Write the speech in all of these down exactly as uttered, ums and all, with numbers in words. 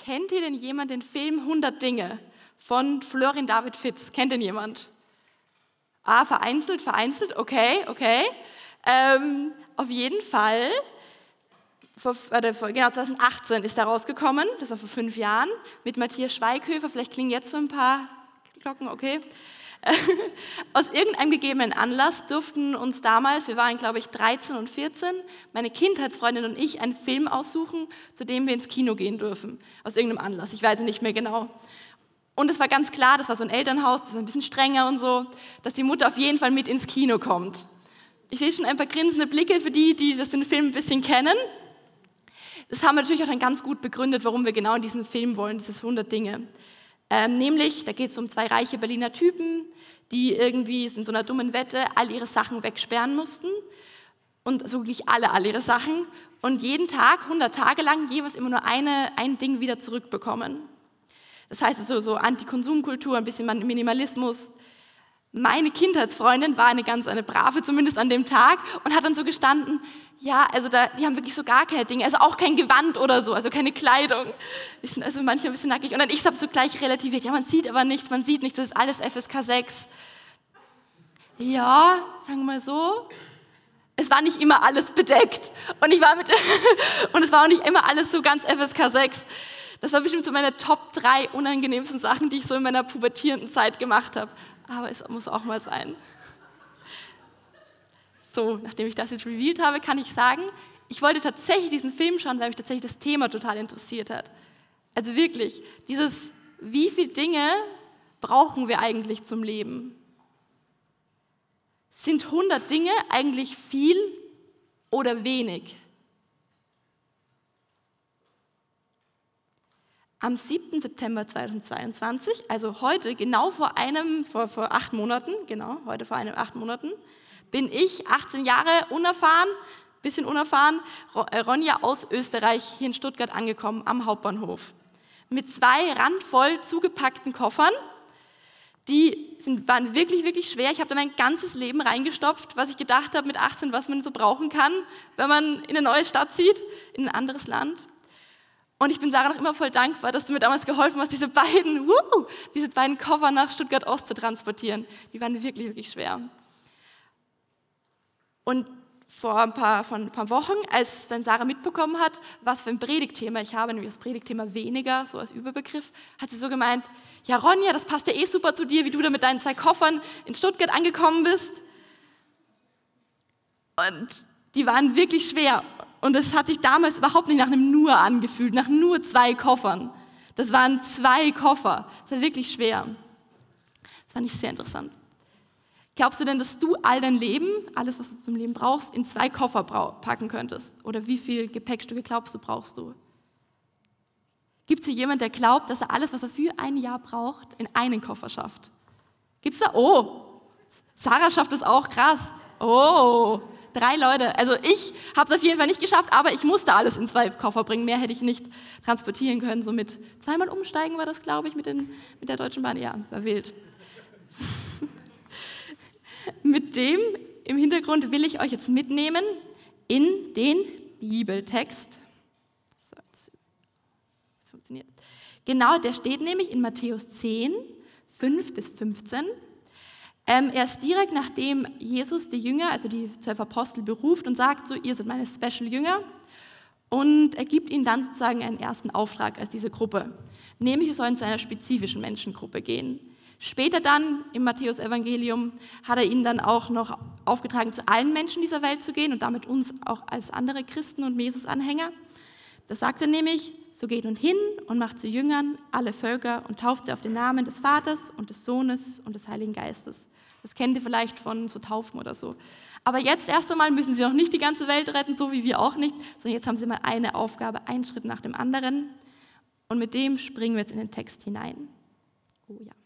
Kennt ihr denn jemand den Film hundert Dinge von Florin David Fitz? Kennt den jemand? Ah, vereinzelt, vereinzelt, okay, okay. Ähm, auf jeden Fall, vor, äh, vor, genau zwanzig achtzehn ist er rausgekommen, das war vor fünf Jahren, mit Matthias Schweighöfer, vielleicht klingen jetzt so ein paar Glocken, okay. Aus irgendeinem gegebenen Anlass durften uns damals, wir waren glaube ich dreizehn und vierzehn, meine Kindheitsfreundin und ich einen Film aussuchen, zu dem wir ins Kino gehen dürfen, aus irgendeinem Anlass, ich weiß nicht mehr genau. Und es war ganz klar, das war so ein Elternhaus, das war ein bisschen strenger und so, dass die Mutter auf jeden Fall mit ins Kino kommt. Ich sehe schon ein paar grinsende Blicke für die, die das den Film ein bisschen kennen. Das haben wir natürlich auch dann ganz gut begründet, warum wir genau in diesen Film wollen, dieses hundert Dinge. Ähm, nämlich, da geht es um zwei reiche Berliner Typen, die irgendwie in so einer dummen Wette all ihre Sachen wegsperren mussten. Und so wirklich alle, alle ihre Sachen. Und jeden Tag, hundert Tage lang, jeweils immer nur eine, ein Ding wieder zurückbekommen. Das heißt so, so Antikonsumkultur, ein bisschen Minimalismus. Meine Kindheitsfreundin war eine ganz eine brave, zumindest an dem Tag, und hat dann so gestanden, ja, also da, die haben wirklich so gar keine Dinge, also auch kein Gewand oder so, also keine Kleidung. Die sind also manchmal ein bisschen nackig. Und dann ich habe so gleich relativiert, ja, man sieht aber nichts, man sieht nichts, das ist alles F S K sechs. Ja, sagen wir mal so, es war nicht immer alles bedeckt. Und ich war mit und es war auch nicht immer alles so ganz F S K sechs. Das war bestimmt so meine Top drei unangenehmsten Sachen, die ich so in meiner pubertierenden Zeit gemacht habe. Aber es muss auch mal sein. So, nachdem ich das jetzt revealed habe, kann ich sagen, ich wollte tatsächlich diesen Film schauen, weil mich tatsächlich das Thema total interessiert hat. Also wirklich, dieses, wie viele Dinge brauchen wir eigentlich zum Leben? Sind hundert Dinge eigentlich viel oder wenig? Am siebten September zweitausendzweiundzwanzig, also heute, genau vor einem, vor, vor acht Monaten, genau, heute vor einem acht Monaten, bin ich, achtzehn Jahre, unerfahren, bisschen unerfahren, Ronja aus Österreich hier in Stuttgart angekommen, am Hauptbahnhof. Mit zwei randvoll zugepackten Koffern, die sind, waren wirklich, wirklich schwer. Ich habe da mein ganzes Leben reingestopft, was ich gedacht habe mit achtzehn, was man so brauchen kann, wenn man in eine neue Stadt zieht, in ein anderes Land. Und ich bin Sarah noch immer voll dankbar, dass du mir damals geholfen hast, diese beiden, wuhu, diese beiden Koffer nach Stuttgart-Ost zu transportieren. Die waren wirklich, wirklich schwer. Und vor ein paar, vor ein paar Wochen, als dann Sarah mitbekommen hat, was für ein Predigtthema ich habe, nämlich das Predigtthema weniger, so als Überbegriff, hat sie so gemeint, ja Ronja, das passt ja eh super zu dir, wie du da mit deinen zwei Koffern in Stuttgart angekommen bist. Und die waren wirklich schwer. Und es hat sich damals überhaupt nicht nach einem Nur angefühlt, nach nur zwei Koffern. Das waren zwei Koffer. Das war wirklich schwer. Das fand ich sehr interessant. Glaubst du denn, dass du all dein Leben, alles, was du zum Leben brauchst, in zwei Koffer packen könntest? Oder wie viele Gepäckstücke glaubst du, brauchst du? Gibt es hier jemanden, der glaubt, dass er alles, was er für ein Jahr braucht, in einen Koffer schafft? Gibt es da? Oh, Sarah schafft es auch, krass. Oh, drei Leute. Also ich habe es auf jeden Fall nicht geschafft, aber ich musste alles in zwei Koffer bringen. Mehr hätte ich nicht transportieren können. So mit zweimal umsteigen war das, glaube ich, mit, den, mit der Deutschen Bahn. Ja, war wild. Mit dem im Hintergrund will ich euch jetzt mitnehmen in den Bibeltext. So, jetzt funktioniert. Genau, der steht nämlich in Matthäus zehn, fünf bis fünfzehn. Ähm, er ist direkt nachdem Jesus die Jünger, also die zwölf Apostel, beruft und sagt, so, ihr seid meine Special-Jünger. Und er gibt ihnen dann sozusagen einen ersten Auftrag als diese Gruppe. Nämlich, es sollen zu einer spezifischen Menschengruppe gehen. Später dann im Matthäus-Evangelium hat er ihnen dann auch noch aufgetragen, zu allen Menschen dieser Welt zu gehen und damit uns auch als andere Christen und Jesus-Anhänger. Da sagt er nämlich, so geht nun hin und macht zu Jüngern alle Völker und tauft sie auf den Namen des Vaters und des Sohnes und des Heiligen Geistes. Das kennt ihr vielleicht von so Taufen oder so. Aber jetzt erst einmal müssen sie noch nicht die ganze Welt retten, so wie wir auch nicht, sondern jetzt haben sie mal eine Aufgabe, einen Schritt nach dem anderen. Und mit dem springen wir jetzt in den Text hinein. Oh ja.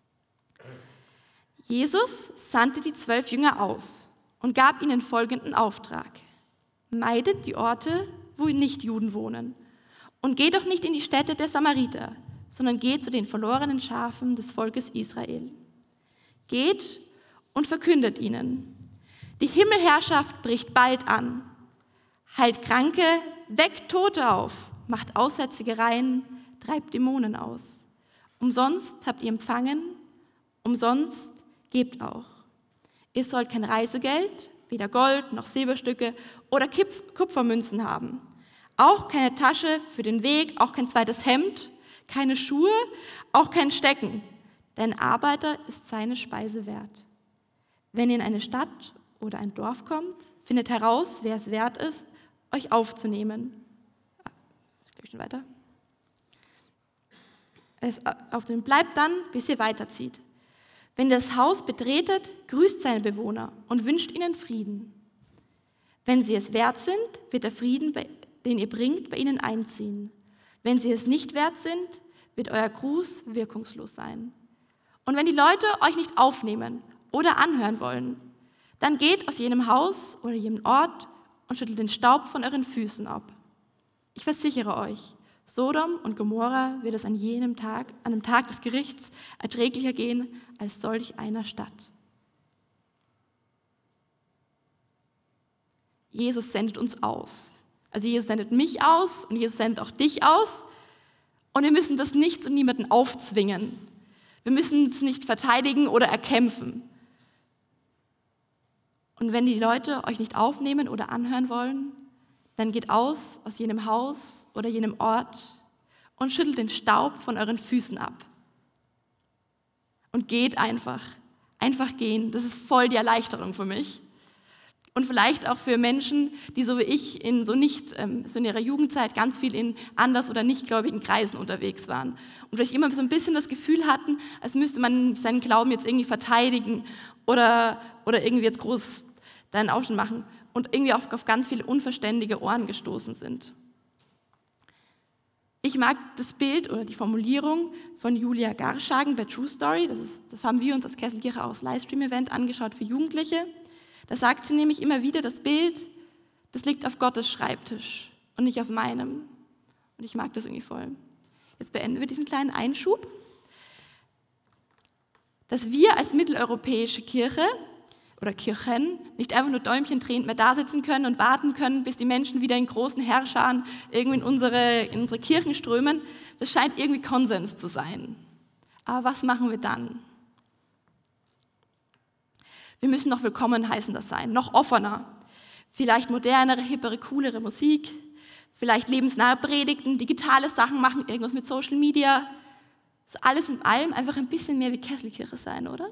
Jesus sandte die zwölf Jünger aus und gab ihnen folgenden Auftrag. Meidet die Orte, wo nicht Juden wohnen. Und geht doch nicht in die Städte der Samariter, sondern geht zu den verlorenen Schafen des Volkes Israel. Geht und verkündet ihnen. Die Himmelherrschaft bricht bald an. Heilt Kranke, weckt Tote auf, macht Aussätzige rein, treibt Dämonen aus. Umsonst habt ihr empfangen, umsonst gebt auch. Ihr sollt kein Reisegeld, weder Gold noch Silberstücke oder Kipf- Kupfermünzen haben. Auch keine Tasche für den Weg, auch kein zweites Hemd, keine Schuhe, auch kein Stecken. Denn Arbeiter ist seine Speise wert. Wenn ihr in eine Stadt oder ein Dorf kommt, findet heraus, wer es wert ist, euch aufzunehmen. Ah, ich schon weiter. Es aufzunehmen. Bleibt dann, bis ihr weiterzieht. Wenn ihr das Haus betretet, grüßt seine Bewohner und wünscht ihnen Frieden. Wenn sie es wert sind, wird der Frieden, den ihr bringt, bei ihnen einziehen. Wenn sie es nicht wert sind, wird euer Gruß wirkungslos sein. Und wenn die Leute euch nicht aufnehmen oder anhören wollen, dann geht aus jenem Haus oder jenem Ort und schüttelt den Staub von euren Füßen ab. Ich versichere euch, Sodom und Gomorra wird es an jenem Tag, an dem Tag des Gerichts, erträglicher gehen als solch einer Stadt. Jesus sendet uns aus. Also Jesus sendet mich aus und Jesus sendet auch dich aus. Und wir müssen das nichts und niemanden aufzwingen. Wir müssen es nicht verteidigen oder erkämpfen. Und wenn die Leute euch nicht aufnehmen oder anhören wollen, dann geht aus aus jenem Haus oder jenem Ort und schüttelt den Staub von euren Füßen ab. Und geht einfach. Einfach gehen. Das ist voll die Erleichterung für mich. Und vielleicht auch für Menschen, die so wie ich in so nicht, ähm, so in ihrer Jugendzeit ganz viel in anders- oder nichtgläubigen Kreisen unterwegs waren. Und vielleicht immer so ein bisschen das Gefühl hatten, als müsste man seinen Glauben jetzt irgendwie verteidigen oder, oder irgendwie jetzt groß dann auch schon machen. Und irgendwie auch auf ganz viele unverständige Ohren gestoßen sind. Ich mag das Bild oder die Formulierung von Julia Garschagen bei True Story. Das, ist, das haben wir uns als Kesselkirche aus Livestream-Event angeschaut für Jugendliche. Da sagt sie nämlich immer wieder, das Bild, das liegt auf Gottes Schreibtisch und nicht auf meinem. Und ich mag das irgendwie voll. Jetzt beenden wir diesen kleinen Einschub. Dass wir als mitteleuropäische Kirche oder Kirchen nicht einfach nur Däumchen drehend mehr da sitzen können und warten können, bis die Menschen wieder in großen Heerscharen irgendwie in unsere, in unsere Kirchen strömen, das scheint irgendwie Konsens zu sein. Aber was machen wir dann? Wir müssen noch willkommen heißender sein, noch offener. Vielleicht modernere, hippere, coolere Musik, vielleicht lebensnahe Predigten, digitale Sachen machen, irgendwas mit Social Media. So alles in allem einfach ein bisschen mehr wie Kesselkirche sein, oder?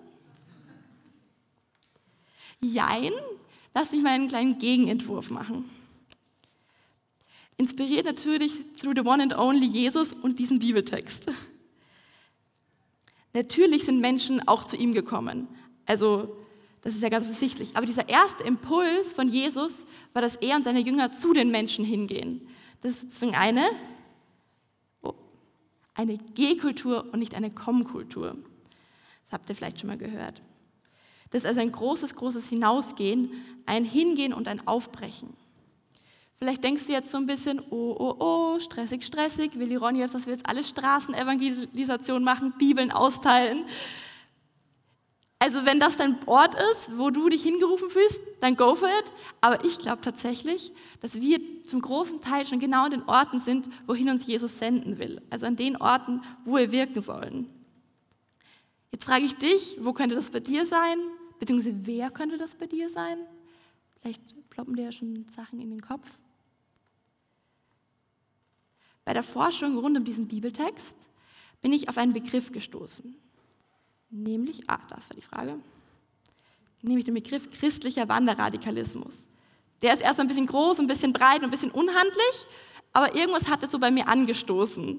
Jein, lass mich mal einen kleinen Gegenentwurf machen. Inspiriert natürlich through the one and only Jesus und diesen Bibeltext. Natürlich sind Menschen auch zu ihm gekommen. Also, das ist ja ganz offensichtlich. Aber dieser erste Impuls von Jesus war, dass er und seine Jünger zu den Menschen hingehen. Das ist sozusagen eine, oh, eine Geh-Kultur und nicht eine Komm-Kultur. Das habt ihr vielleicht schon mal gehört. Das ist also ein großes, großes Hinausgehen, ein Hingehen und ein Aufbrechen. Vielleicht denkst du jetzt so ein bisschen, oh, oh, oh, stressig, stressig, will die Ronny jetzt, dass wir jetzt alle Straßenevangelisation machen, Bibeln austeilen. Also wenn das dein Ort ist, wo du dich hingerufen fühlst, dann go for it. Aber ich glaube tatsächlich, dass wir zum großen Teil schon genau an den Orten sind, wohin uns Jesus senden will. Also an den Orten, wo wir wirken sollen. Jetzt frage ich dich, wo könnte das bei dir sein? Beziehungsweise wer könnte das bei dir sein? Vielleicht ploppen dir ja schon Sachen in den Kopf. Bei der Forschung rund um diesen Bibeltext bin ich auf einen Begriff gestoßen. Nämlich, ah, das war die Frage, nämlich den Begriff christlicher Wanderradikalismus. Der ist erst ein bisschen groß, ein bisschen breit und ein bisschen unhandlich, aber irgendwas hat es so bei mir angestoßen.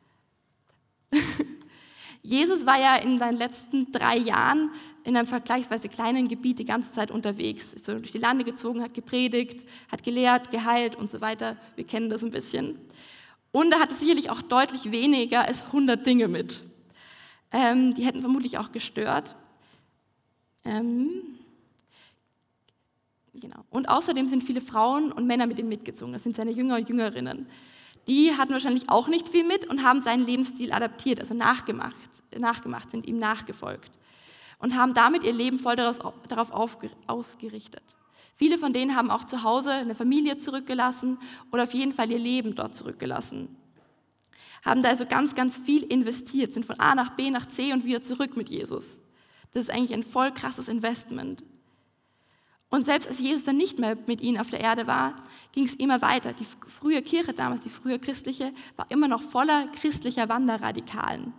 Jesus war ja in seinen letzten drei Jahren in einem vergleichsweise kleinen Gebiet die ganze Zeit unterwegs. Ist so durch die Lande gezogen, hat gepredigt, hat gelehrt, geheilt und so weiter. Wir kennen das ein bisschen. Und er hatte sicherlich auch deutlich weniger als hundert Dinge mit. Ähm, die hätten vermutlich auch gestört. Ähm, genau. Und außerdem sind viele Frauen und Männer mit ihm mitgezogen. Das sind seine Jünger und Jüngerinnen. Die hatten wahrscheinlich auch nicht viel mit und haben seinen Lebensstil adaptiert, also nachgemacht, nachgemacht, sind ihm nachgefolgt und haben damit ihr Leben voll daraus, darauf aufge, ausgerichtet. Viele von denen haben auch zu Hause eine Familie zurückgelassen oder auf jeden Fall ihr Leben dort zurückgelassen. haben da also ganz, ganz viel investiert, sind von A nach B nach C und wieder zurück mit Jesus. Das ist eigentlich ein voll krasses Investment. Und selbst als Jesus dann nicht mehr mit ihnen auf der Erde war, ging es immer weiter. Die frühe Kirche damals, die frühe christliche, war immer noch voller christlicher Wanderradikalen.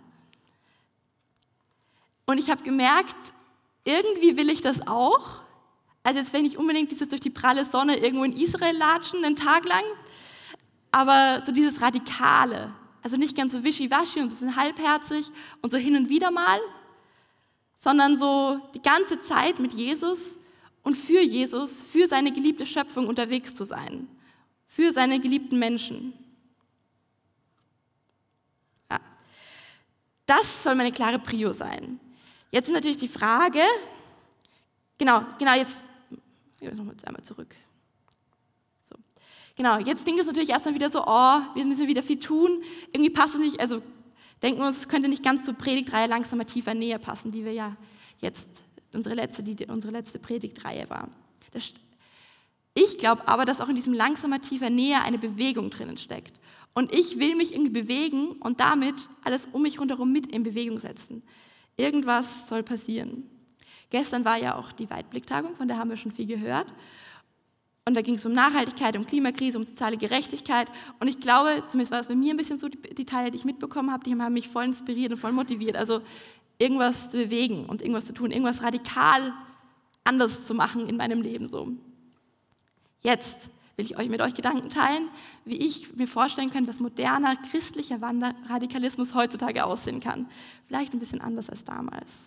Und ich habe gemerkt, irgendwie will ich das auch. Also jetzt will ich nicht unbedingt dieses durch die pralle Sonne irgendwo in Israel latschen, einen Tag lang, aber so dieses Radikale, also nicht ganz so wischiwaschi und ein bisschen halbherzig und so hin und wieder mal, sondern so die ganze Zeit mit Jesus und für Jesus, für seine geliebte Schöpfung unterwegs zu sein, für seine geliebten Menschen. Ja. Das soll meine klare Prio sein. Jetzt ist natürlich die Frage, genau, genau jetzt, nochmal einmal zurück. So. Genau, jetzt klingt es natürlich erstmal wieder so, oh, wir müssen wieder viel tun, irgendwie passt es nicht, also denken wir uns, es könnte nicht ganz zur Predigtreihe langsamer, tiefer, näher passen, die wir ja jetzt, unsere letzte, die unsere letzte Predigtreihe war. Das, ich glaube aber, dass auch in diesem langsamer, tiefer, näher eine Bewegung drinnen steckt. Und ich will mich irgendwie bewegen und damit alles um mich rundherum mit in Bewegung setzen. Irgendwas soll passieren. Gestern war ja auch die Weitblicktagung, von der haben wir schon viel gehört. Und da ging es um Nachhaltigkeit, um Klimakrise, um soziale Gerechtigkeit. Und ich glaube, zumindest war das bei mir ein bisschen so, die, die Teile, die ich mitbekommen habe, die haben mich voll inspiriert und voll motiviert. Also irgendwas zu bewegen und irgendwas zu tun, irgendwas radikal anders zu machen in meinem Leben. So. Jetzt will ich euch mit euch Gedanken teilen, wie ich mir vorstellen könnte, dass moderner christlicher Wanderradikalismus heutzutage aussehen kann. Vielleicht ein bisschen anders als damals.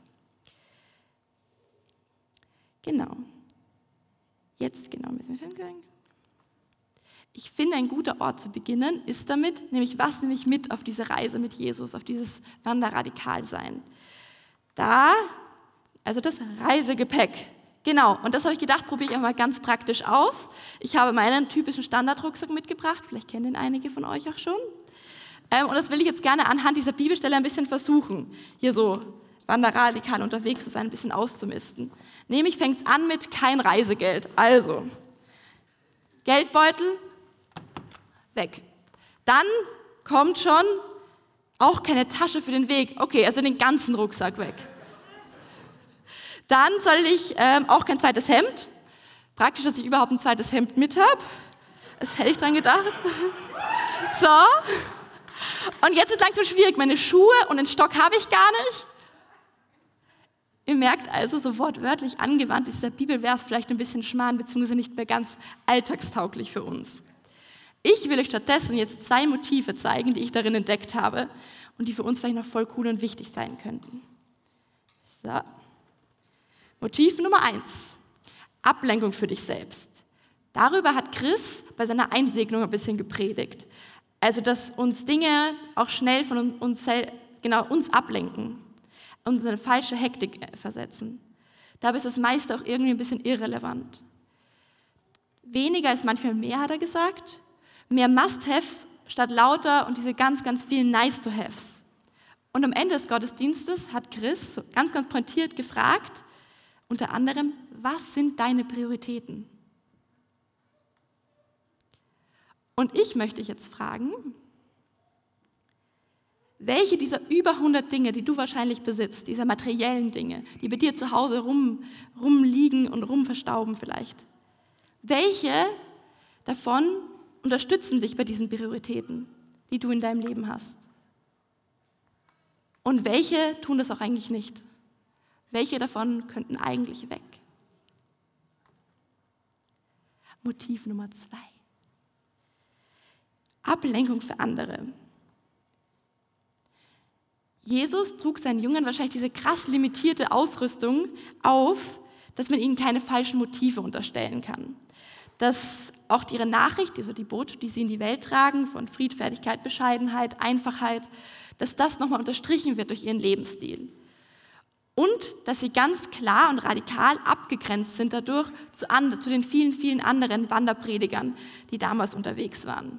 Genau. Jetzt genau müssen wir hingegangen. Ich finde, ein guter Ort zu beginnen ist damit, nämlich was nehme ich mit auf diese Reise mit Jesus, auf dieses Wanderradikalsein. Da, also das Reisegepäck. Genau, und das habe ich gedacht, probiere ich auch mal ganz praktisch aus. Ich habe meinen typischen Standardrucksack mitgebracht, vielleicht kennen den einige von euch auch schon. Ähm, und das will ich jetzt gerne anhand dieser Bibelstelle ein bisschen versuchen, hier so wanderradikal unterwegs zu sein, ein bisschen auszumisten. Nämlich fängt es an mit kein Reisegeld. Also, Geldbeutel, weg. Dann kommt schon auch keine Tasche für den Weg. Okay, also den ganzen Rucksack weg. Dann soll ich ähm, auch kein zweites Hemd. Praktisch, dass ich überhaupt ein zweites Hemd mit habe. Das hätte ich dran gedacht. So. Und jetzt ist es langsam schwierig. Meine Schuhe und den Stock habe ich gar nicht. Ihr merkt also, so wortwörtlich angewandt ist der Bibelvers vielleicht ein bisschen schmarrn, beziehungsweise nicht mehr ganz alltagstauglich für uns. Ich will euch stattdessen jetzt zwei Motive zeigen, die ich darin entdeckt habe und die für uns vielleicht noch voll cool und wichtig sein könnten. So. Motiv Nummer eins, Ablenkung für dich selbst. Darüber hat Chris bei seiner Einsegnung ein bisschen gepredigt. Also, dass uns Dinge auch schnell von uns, genau, uns ablenken, uns in eine falsche Hektik versetzen. Dabei ist das meiste auch irgendwie ein bisschen irrelevant. Weniger ist manchmal mehr, hat er gesagt. Mehr Must-Haves statt lauter und diese ganz, ganz vielen Nice-to-Haves. Und am Ende des Gottesdienstes hat Chris ganz, ganz pointiert gefragt, unter anderem, was sind deine Prioritäten? Und ich möchte dich jetzt fragen, welche dieser über hundert Dinge, die du wahrscheinlich besitzt, dieser materiellen Dinge, die bei dir zu Hause rum, rumliegen und rumverstauben vielleicht, welche davon unterstützen dich bei diesen Prioritäten, die du in deinem Leben hast? Und welche tun das auch eigentlich nicht? Welche davon könnten eigentlich weg? Motiv Nummer zwei. Ablenkung für andere. Jesus trug seinen Jüngern wahrscheinlich diese krass limitierte Ausrüstung auf, dass man ihnen keine falschen Motive unterstellen kann. Dass auch ihre Nachricht, also die Botschaft, die sie in die Welt tragen, von Friedfertigkeit, Bescheidenheit, Einfachheit, dass das nochmal unterstrichen wird durch ihren Lebensstil. Und dass sie ganz klar und radikal abgegrenzt sind dadurch zu, and- zu den vielen, vielen anderen Wanderpredigern, die damals unterwegs waren.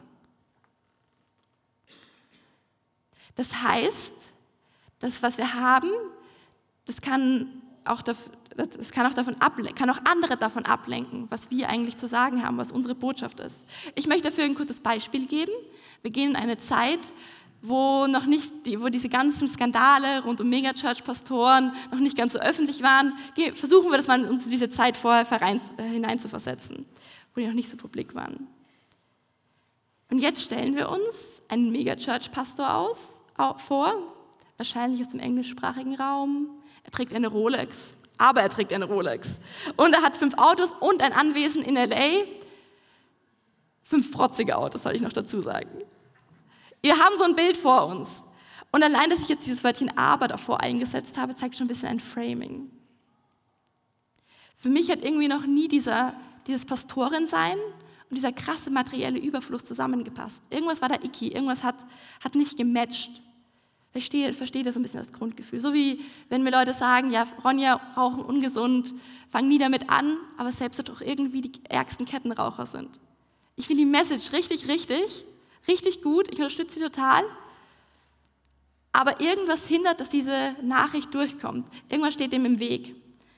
Das heißt, das, was wir haben, das kann auch, das kann auch, davon ablen- kann auch andere davon ablenken, was wir eigentlich zu sagen haben, was unsere Botschaft ist. Ich möchte dafür ein kurzes Beispiel geben. Wir gehen in eine Zeit, wo noch nicht, wo diese ganzen Skandale rund um Megachurch-Pastoren noch nicht ganz so öffentlich waren. Versuchen wir das mal uns in diese Zeit vorher hineinzuversetzen, wo die noch nicht so publik waren. Und jetzt stellen wir uns einen Megachurch-Pastor aus, vor, wahrscheinlich aus dem englischsprachigen Raum. Er trägt eine Rolex, aber er trägt eine Rolex. Und er hat fünf Autos und ein Anwesen in L A. Fünf protzige Autos, soll ich noch dazu sagen. Wir haben so ein Bild vor uns. Und allein, dass ich jetzt dieses Wörtchen aber davor eingesetzt habe, zeigt schon ein bisschen ein Framing. Für mich hat irgendwie noch nie dieser, dieses Pastorensein und dieser krasse materielle Überfluss zusammengepasst. Irgendwas war da icky, irgendwas hat, hat nicht gematcht. Verstehe, verstehe das so ein bisschen das Grundgefühl. So wie wenn mir Leute sagen, ja, Ronja, Rauchen ungesund, fang nie damit an, aber selbst doch irgendwie die ärgsten Kettenraucher sind. Ich finde die Message richtig, richtig, richtig gut. Ich unterstütze sie total. Aber irgendwas hindert, dass diese Nachricht durchkommt. Irgendwas steht dem im Weg.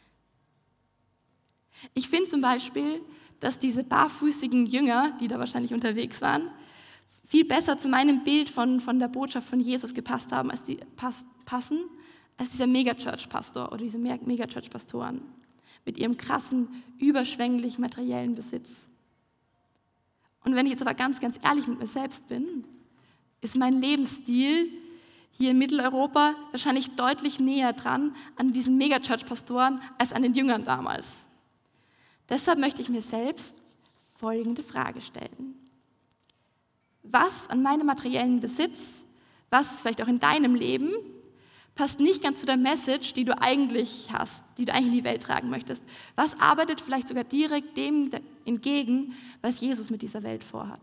Ich finde zum Beispiel, dass diese barfüßigen Jünger, die da wahrscheinlich unterwegs waren, viel besser zu meinem Bild von, von der Botschaft von Jesus gepasst haben, als die pass, passen, als dieser Megachurch-Pastor oder diese Megachurch-Pastoren mit ihrem krassen, überschwänglich materiellen Besitz. Und wenn ich jetzt aber ganz, ganz ehrlich mit mir selbst bin, ist mein Lebensstil hier in Mitteleuropa wahrscheinlich deutlich näher dran an diesen Megachurch-Pastoren als an den Jüngern damals. Deshalb möchte ich mir selbst folgende Frage stellen. Was an meinem materiellen Besitz, was vielleicht auch in deinem Leben, passt nicht ganz zu der Message, die du eigentlich hast, die du eigentlich in die Welt tragen möchtest? Was arbeitet vielleicht sogar direkt dem entgegen, was Jesus mit dieser Welt vorhat?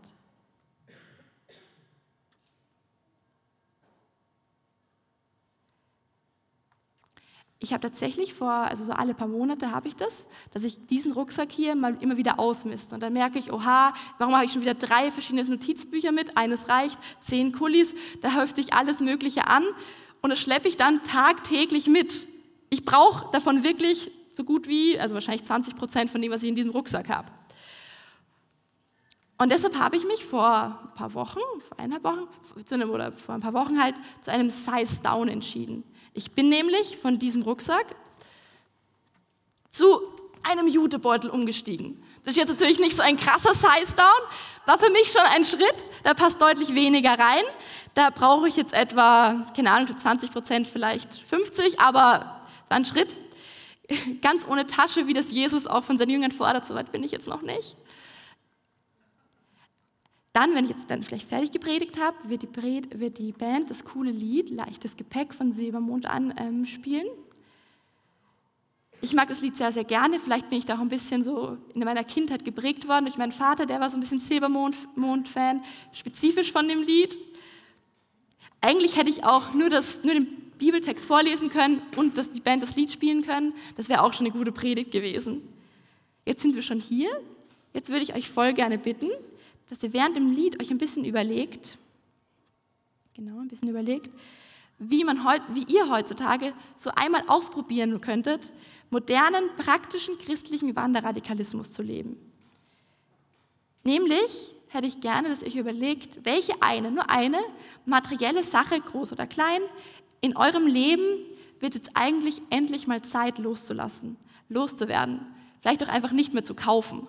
Ich habe tatsächlich vor, also so alle paar Monate habe ich das, dass ich diesen Rucksack hier mal immer wieder ausmiste. Und dann merke ich, oha, warum habe ich schon wieder drei verschiedene Notizbücher mit? Eines reicht, zehn Kulis, da häuft sich alles Mögliche an und das schleppe ich dann tagtäglich mit. Ich brauche davon wirklich so gut wie, also wahrscheinlich zwanzig Prozent von dem, was ich in diesem Rucksack habe. Und deshalb habe ich mich vor ein paar Wochen, vor eineinhalb Wochen, zu einem, oder vor ein paar Wochen halt zu einem Size Down entschieden. Ich bin nämlich von diesem Rucksack zu einem Jutebeutel umgestiegen. Das ist jetzt natürlich nicht so ein krasser Size Down, war für mich schon ein Schritt, da passt deutlich weniger rein. Da brauche ich jetzt etwa, keine Ahnung, zwanzig Prozent, vielleicht fünfzig, aber es war ein Schritt. Ganz ohne Tasche, wie das Jesus auch von seinen Jüngern fordert, so weit bin ich jetzt noch nicht. Dann, wenn ich jetzt dann vielleicht fertig gepredigt habe, wird die, Pred- wird die Band das coole Lied Leichtes Gepäck von Silbermond an ähm, spielen. Ich mag das Lied sehr, sehr gerne. Vielleicht bin ich da auch ein bisschen so in meiner Kindheit geprägt worden durch meinen Vater, der war so ein bisschen Silbermond-Fan, spezifisch von dem Lied. Eigentlich hätte ich auch nur, das, nur den Bibeltext vorlesen können und dass die Band das Lied spielen können. Das wäre auch schon eine gute Predigt gewesen. Jetzt sind wir schon hier. Jetzt würde ich euch voll gerne bitten, dass ihr während dem Lied euch ein bisschen überlegt, genau, ein bisschen überlegt, wie, man heut, wie ihr heutzutage so einmal ausprobieren könntet, modernen, praktischen christlichen Wanderradikalismus zu leben. Nämlich hätte ich gerne, dass ihr euch überlegt, welche eine, nur eine materielle Sache, groß oder klein, in eurem Leben wird jetzt eigentlich endlich mal Zeit loszulassen, loszuwerden, vielleicht auch einfach nicht mehr zu kaufen.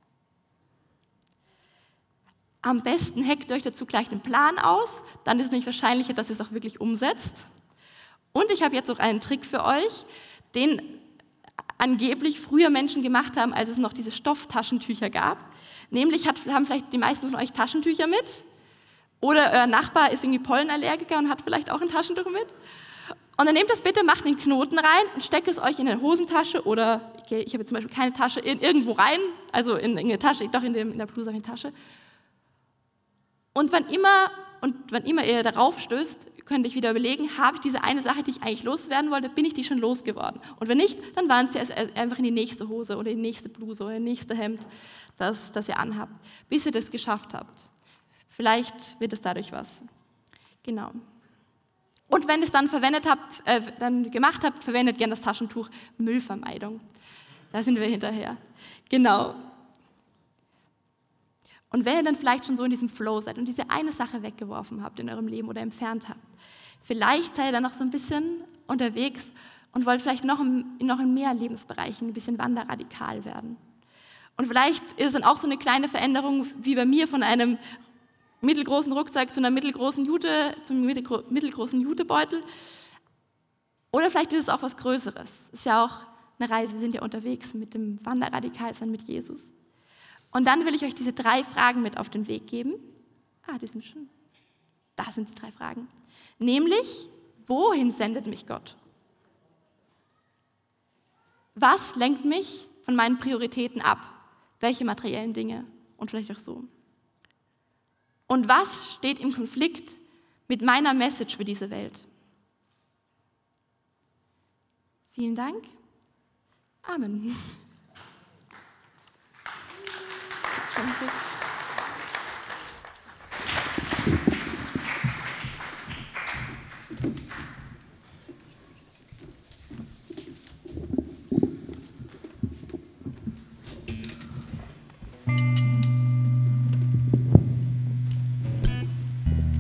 Am besten hackt ihr euch dazu gleich den Plan aus, dann ist es nicht wahrscheinlicher, dass ihr es auch wirklich umsetzt. Und ich habe jetzt noch einen Trick für euch, den angeblich früher Menschen gemacht haben, als es noch diese Stofftaschentücher gab. Nämlich hat, haben vielleicht die meisten von euch Taschentücher mit oder euer Nachbar ist irgendwie Pollenallergiker und hat vielleicht auch ein Taschentuch mit. Und dann nehmt das bitte, macht den Knoten rein und steckt es euch in eine Hosentasche oder, okay, ich habe jetzt zum Beispiel keine Tasche, in, irgendwo rein, also in, in eine Tasche, doch in, dem, in der Bluse habe ich eine Tasche. Und wann immer, und wann immer ihr darauf stößt, könnt ihr euch wieder überlegen, habe ich diese eine Sache, die ich eigentlich loswerden wollte, bin ich die schon losgeworden? Und wenn nicht, dann wandert ihr es einfach in die nächste Hose oder in die nächste Bluse oder in das nächste Hemd, das, das ihr anhabt, bis ihr das geschafft habt. Vielleicht wird es dadurch was. Genau. Und wenn ihr es dann verwendet habt, äh, dann gemacht habt, verwendet gerne das Taschentuch Müllvermeidung. Da sind wir hinterher. Genau. Und wenn ihr dann vielleicht schon so in diesem Flow seid und diese eine Sache weggeworfen habt in eurem Leben oder entfernt habt, vielleicht seid ihr dann noch so ein bisschen unterwegs und wollt vielleicht noch in, noch in mehr Lebensbereichen ein bisschen wanderradikal werden. Und vielleicht ist es dann auch so eine kleine Veränderung wie bei mir von einem mittelgroßen Rucksack zu einer mittelgroßen Jute, zum mittelgro- mittelgroßen Jutebeutel. Oder vielleicht ist es auch was Größeres. Es ist ja auch eine Reise, wir sind ja unterwegs mit dem Wanderradikalsein mit Jesus. Und dann will ich euch diese drei Fragen mit auf den Weg geben. Ah, die sind schon. Da sind die drei Fragen. Nämlich, wohin sendet mich Gott? Was lenkt mich von meinen Prioritäten ab? Welche materiellen Dinge? Und vielleicht auch so. Und was steht im Konflikt mit meiner Message für diese Welt? Vielen Dank. Amen. Danke.